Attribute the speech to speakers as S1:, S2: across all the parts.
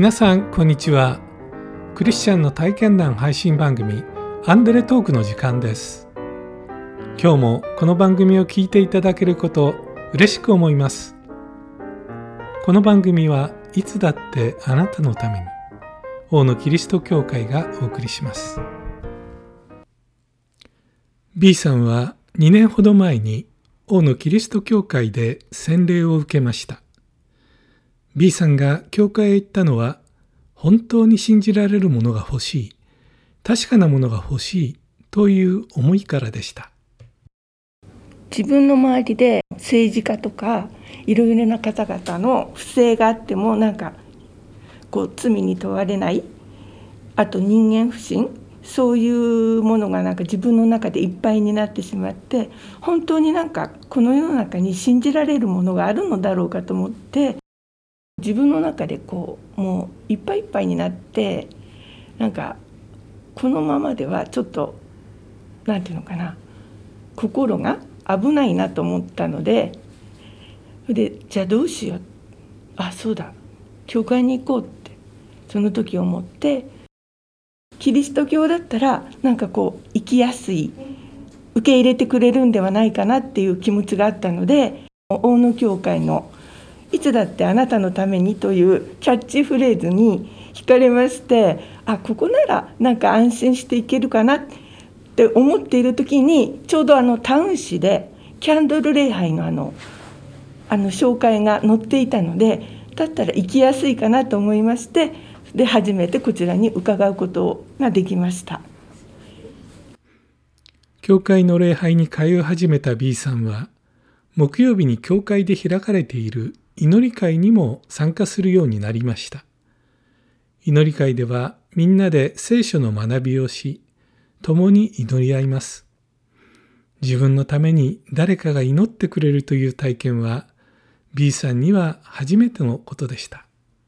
S1: 皆さんこんにちは。クリスチャンの体験談配信番組アンデレトークの時間です。今日もこの番組を聞いていただけること嬉しく思います。この番組はいつだってあなたのために大野キリスト教会がお送りします。 B さんは2年ほど前に大野キリスト教会で洗礼を受けました。B さんが教会へ行ったのは、本当に信じられるものが欲しい、確かなものが欲しいという思いからでした。
S2: 自分の周りで政治家とかいろいろな方々の不正があっても罪に問われない、あと人間不信、そういうものが自分の中でいっぱいになってしまって、本当にこの世の中に信じられるものがあるのだろうかと思って、自分の中でもういっぱいいっぱいになって、このままではちょっと心が危ないなと思ったので、じゃあどうしよう、そうだ、教会に行こうってその時思って、キリスト教だったら生きやすい、受け入れてくれるんではないかなっていう気持ちがあったので、大野教会のいつだってあなたのためにというキャッチフレーズに惹かれまして、ここなら安心していけるかなって思っている時に、ちょうどタウン誌でキャンドル礼拝の紹介が載っていたので、だったら行きやすいかなと思いまして、で初めてこちらに伺うことができました。
S1: 教会の礼拝に通い始めた B さんは、木曜日に教会で開かれている祈り会にも参加するようになりました。祈り会ではみんなで聖書の学びをし、共に祈り合います。自分のために誰かが祈ってくれるという体験は B さんには初めてのことでした。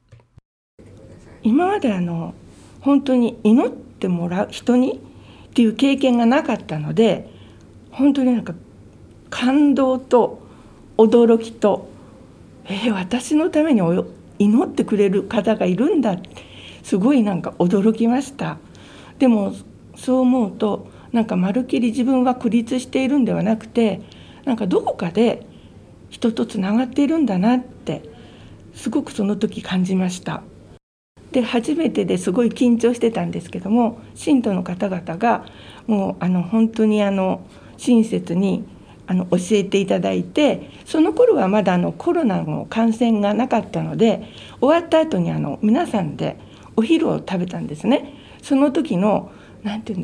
S2: 今まで本当に祈ってもらう人にっていう経験がなかったので、本当に感動と驚きと、私のために祈ってくれる方がいるんだって、すごい驚きました。でもそう思うとまるっきり自分は孤立しているんではなくて、どこかで人とつながっているんだなってすごくその時感じました。で初めてですごい緊張してたんですけども、信徒の方々がもう本当に親切に教えていただいて、その頃はまだコロナの感染がなかったので、終わった後に皆さんでお昼を食べたんですね。その時の穏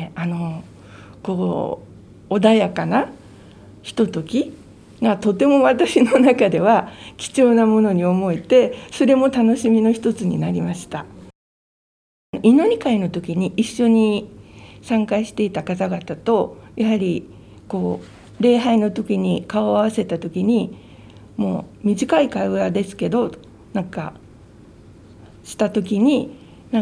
S2: やかなひとときがとても私の中では貴重なものに思えて、それも楽しみの一つになりました。祈り会の時に一緒に参加していた方々と、やはり礼拝の時に顔を合わせた時に、もう短い会話ですけどした時に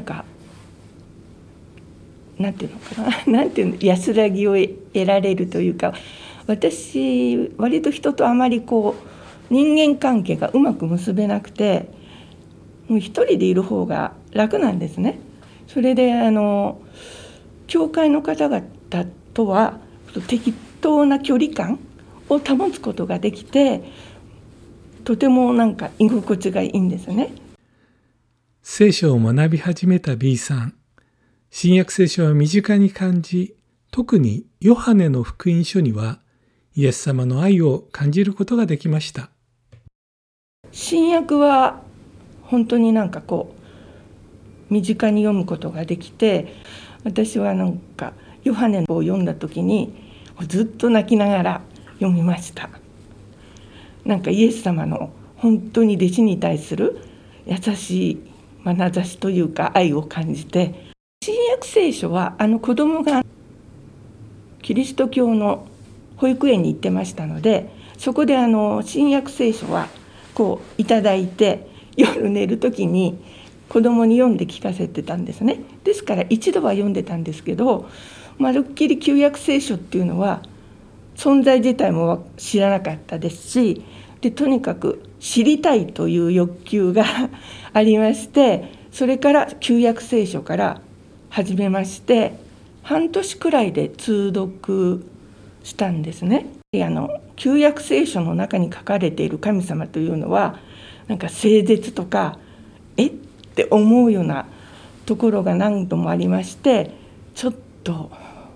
S2: 安らぎを得られるというか、私割と人とあまり人間関係がうまく結べなくて、もう一人でいる方が楽なんですね。それで教会の方々とは適当な距離感を保つことができて、とても居心地がいいんですね。
S1: 聖書を学び始めた B さん、新約聖書は身近に感じ、特にヨハネの福音書にはイエス様の愛を感じることができました。
S2: 新約は本当に身近に読むことができて、私はヨハネを読んだ時にずっと泣きながら読みました。イエス様の本当に弟子に対する優しい眼差しというか愛を感じて、新約聖書は子供がキリスト教の保育園に行ってましたので、そこで新約聖書はいただいて、夜寝る時に子供に読んで聞かせてたんですね。ですから一度は読んでたんですけど、まるっきり旧約聖書っていうのは存在自体も知らなかったですし、でとにかく知りたいという欲求がありまして、 それから旧約聖書から始めまして、半年くらいで通読したんですね。旧約聖書の中に書かれている神様というのは、なんか聖絶とかって思うようなところが何度もありまして、ちょっと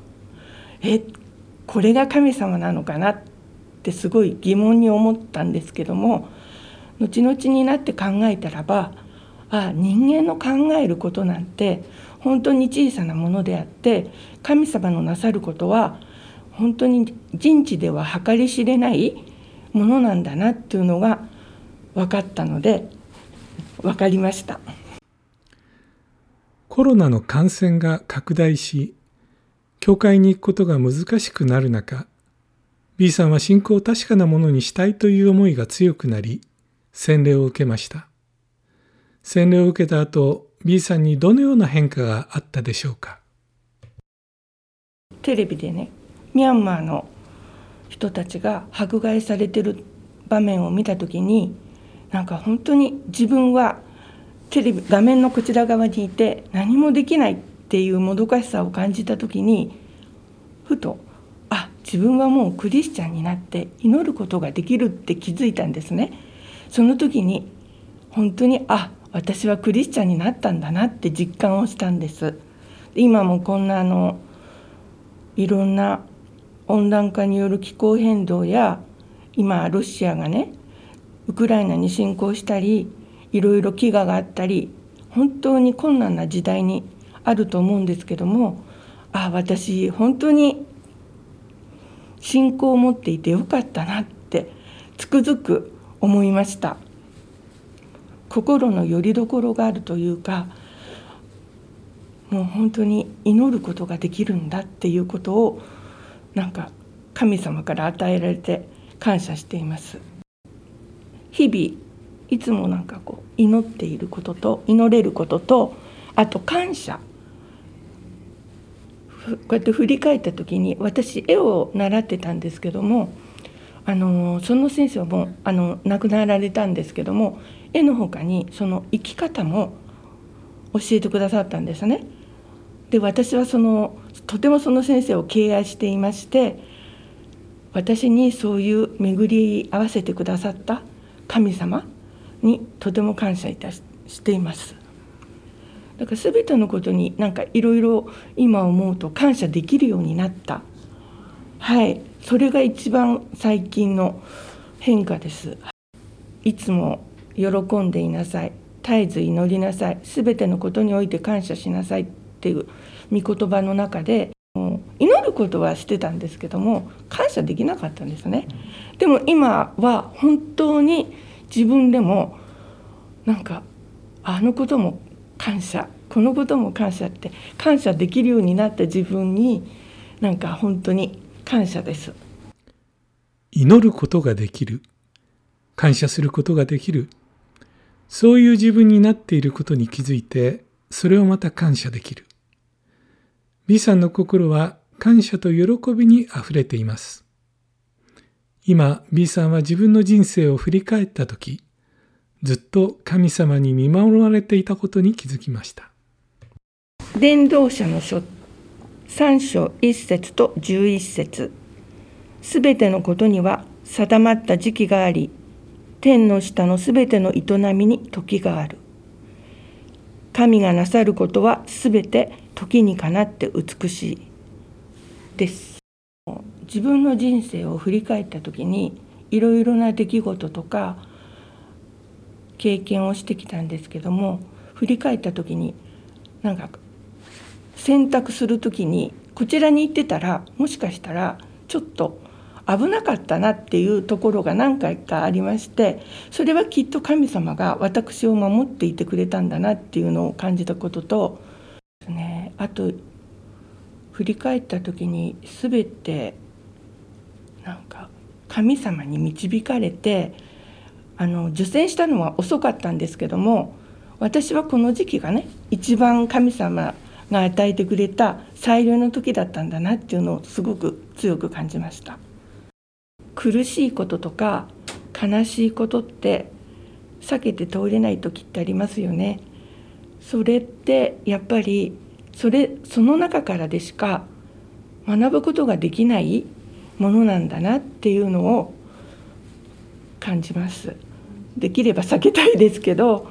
S2: これが神様なのかなってすごい疑問に思ったんですけども、後々になって考えたらば、人間の考えることなんて本当に小さなものであって、神様のなさることは本当に人知では計り知れないものなんだなっていうのが分かったので、分かりました。
S1: コロナの感染が拡大し、教会に行くことが難しくなる中、B さんは信仰を確かなものにしたいという思いが強くなり、洗礼を受けました。洗礼を受けた後、B さんにどのような変化があったでしょうか。
S2: テレビでね、ミャンマーの人たちが迫害されている場面を見たときに、なんか本当に自分はテレビ画面のこちら側にいて何もできないっていうもどかしさを感じたときに、ふと自分はもうクリスチャンになって祈ることができるって気づいたんですね。その時に本当に私はクリスチャンになったんだなって実感をしたんです。今もこんないろんな温暖化による気候変動や、今ロシアがねウクライナに侵攻したり、いろいろ飢餓があったり、本当に困難な時代にあると思うんですけども、私本当に信仰を持っていてよかったなってつくづく思いました。心の拠り所があるというか、もう本当に祈ることができるんだっていうことをなんか神様から与えられて感謝しています。日々いつも祈っていることと、祈れることと、あと感謝。こうやって振り返った時に、私絵を習ってたんですけども、その先生はもう亡くなられたんですけども、絵の他にその生き方も教えてくださったんですね。で、私はとてもその先生を敬愛していまして、私にそういう巡り合わせてくださった神様にとても感謝しています。だから全てのことにいろいろ今思うと感謝できるようになった。それが一番最近の変化です。いつも喜んでいなさい、絶えず祈りなさい、全てのことにおいて感謝しなさいっていう御言葉の中で、祈ることはしてたんですけども、感謝できなかったんですね。でも今は本当に自分でもあのことも感謝、このことも感謝って感謝できるようになった自分に本当に感謝です。
S1: 祈ることができる、感謝することができる、そういう自分になっていることに気づいて、それをまた感謝できる。B さんの心は感謝と喜びにあふれています。今 B さんは自分の人生を振り返ったとき、ずっと神様に見守られていたことに気づきました。
S2: 伝道者の書3章1節と11節。すべてのことには定まった時期があり、天の下のすべての営みに時がある。神がなさることはすべて時にかなって美しいです。自分の人生を振り返ったときに、いろいろな出来事とか経験をしてきたんですけども、振り返ったときに選択するときにこちらに行ってたら、もしかしたらちょっと危なかったなっていうところが何回かありまして、それはきっと神様が私を守っていてくれたんだなっていうのを感じたことと、あと振り返った時に全て神様に導かれて、受洗したのは遅かったんですけども、私はこの時期がね、一番神様が与えてくれた最良の時だったんだなっていうのをすごく強く感じました。苦しいこととか悲しいことって避けて通れない時ってありますよね。 それってやっぱりその中からでしか学ぶことができないものなんだなっていうのを感じます。できれば避けたいですけど、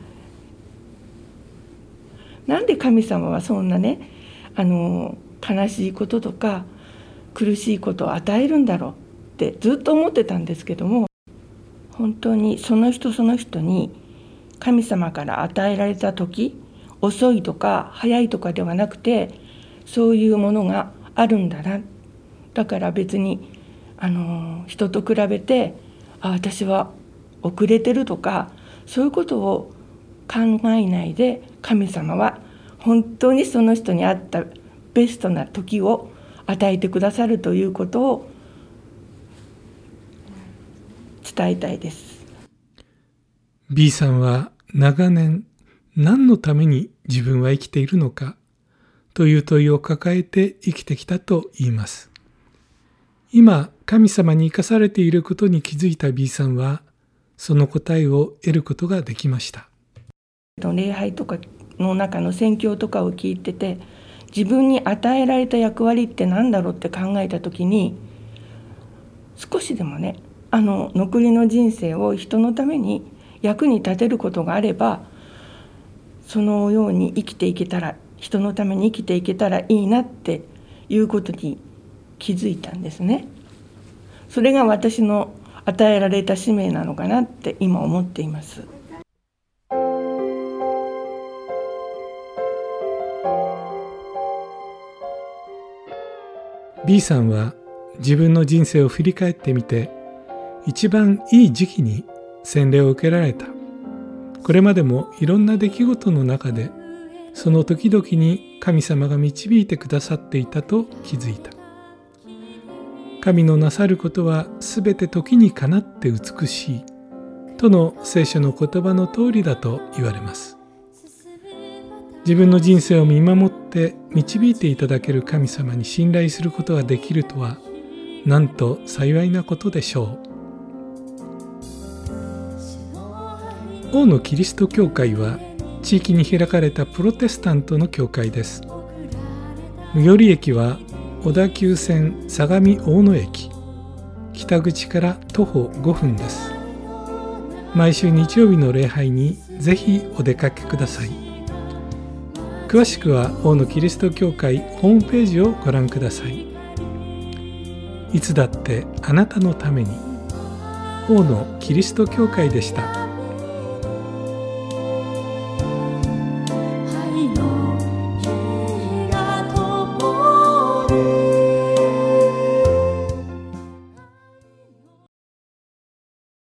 S2: なんで神様はそんなね、悲しいこととか苦しいことを与えるんだろうってずっと思ってたんですけども、本当にその人その人に神様から与えられた時、遅いとか早いとかではなくて、そういうものがあるんだな。だから別に人と比べて私は遅れてるとかそういうことを考えないで、神様は本当にその人に合ったベストな時を与えてくださるということを伝えたいです。
S1: B さんは長年何のために自分は生きているのかという問いを抱えて生きてきたと言います。今神様に生かされていることに気づいた B さんはその答えを得ることができました。
S2: 礼拝とかの中の宣教とかを聞いてて、自分に与えられた役割って何だろうって考えた時に、少しでもね残りの人生を人のために役に立てることがあれば、そのように生きていけたら、人のために生きていけたらいいなっていうことに気づいたんですね。それが私の与えられた使命なのかなって今思っています。
S1: B さんは自分の人生を振り返ってみて、一番いい時期に洗礼を受けられた。これまでもいろんな出来事の中で、その時々に神様が導いてくださっていたと気づいた。神のなさることはすべて時にかなって美しいとの聖書の言葉の通りだと言われます。自分の人生を見守って導いていただける神様に信頼することができるとは、なんと幸いなことでしょう。王のキリスト教会は地域に開かれたプロテスタントの教会です。最寄り駅は小田急線相模大野駅、北口から徒歩5分です。毎週日曜日の礼拝にぜひお出かけください。詳しくは大野キリスト教会ホームページをご覧ください。いつだってあなたのために、大野キリスト教会でした。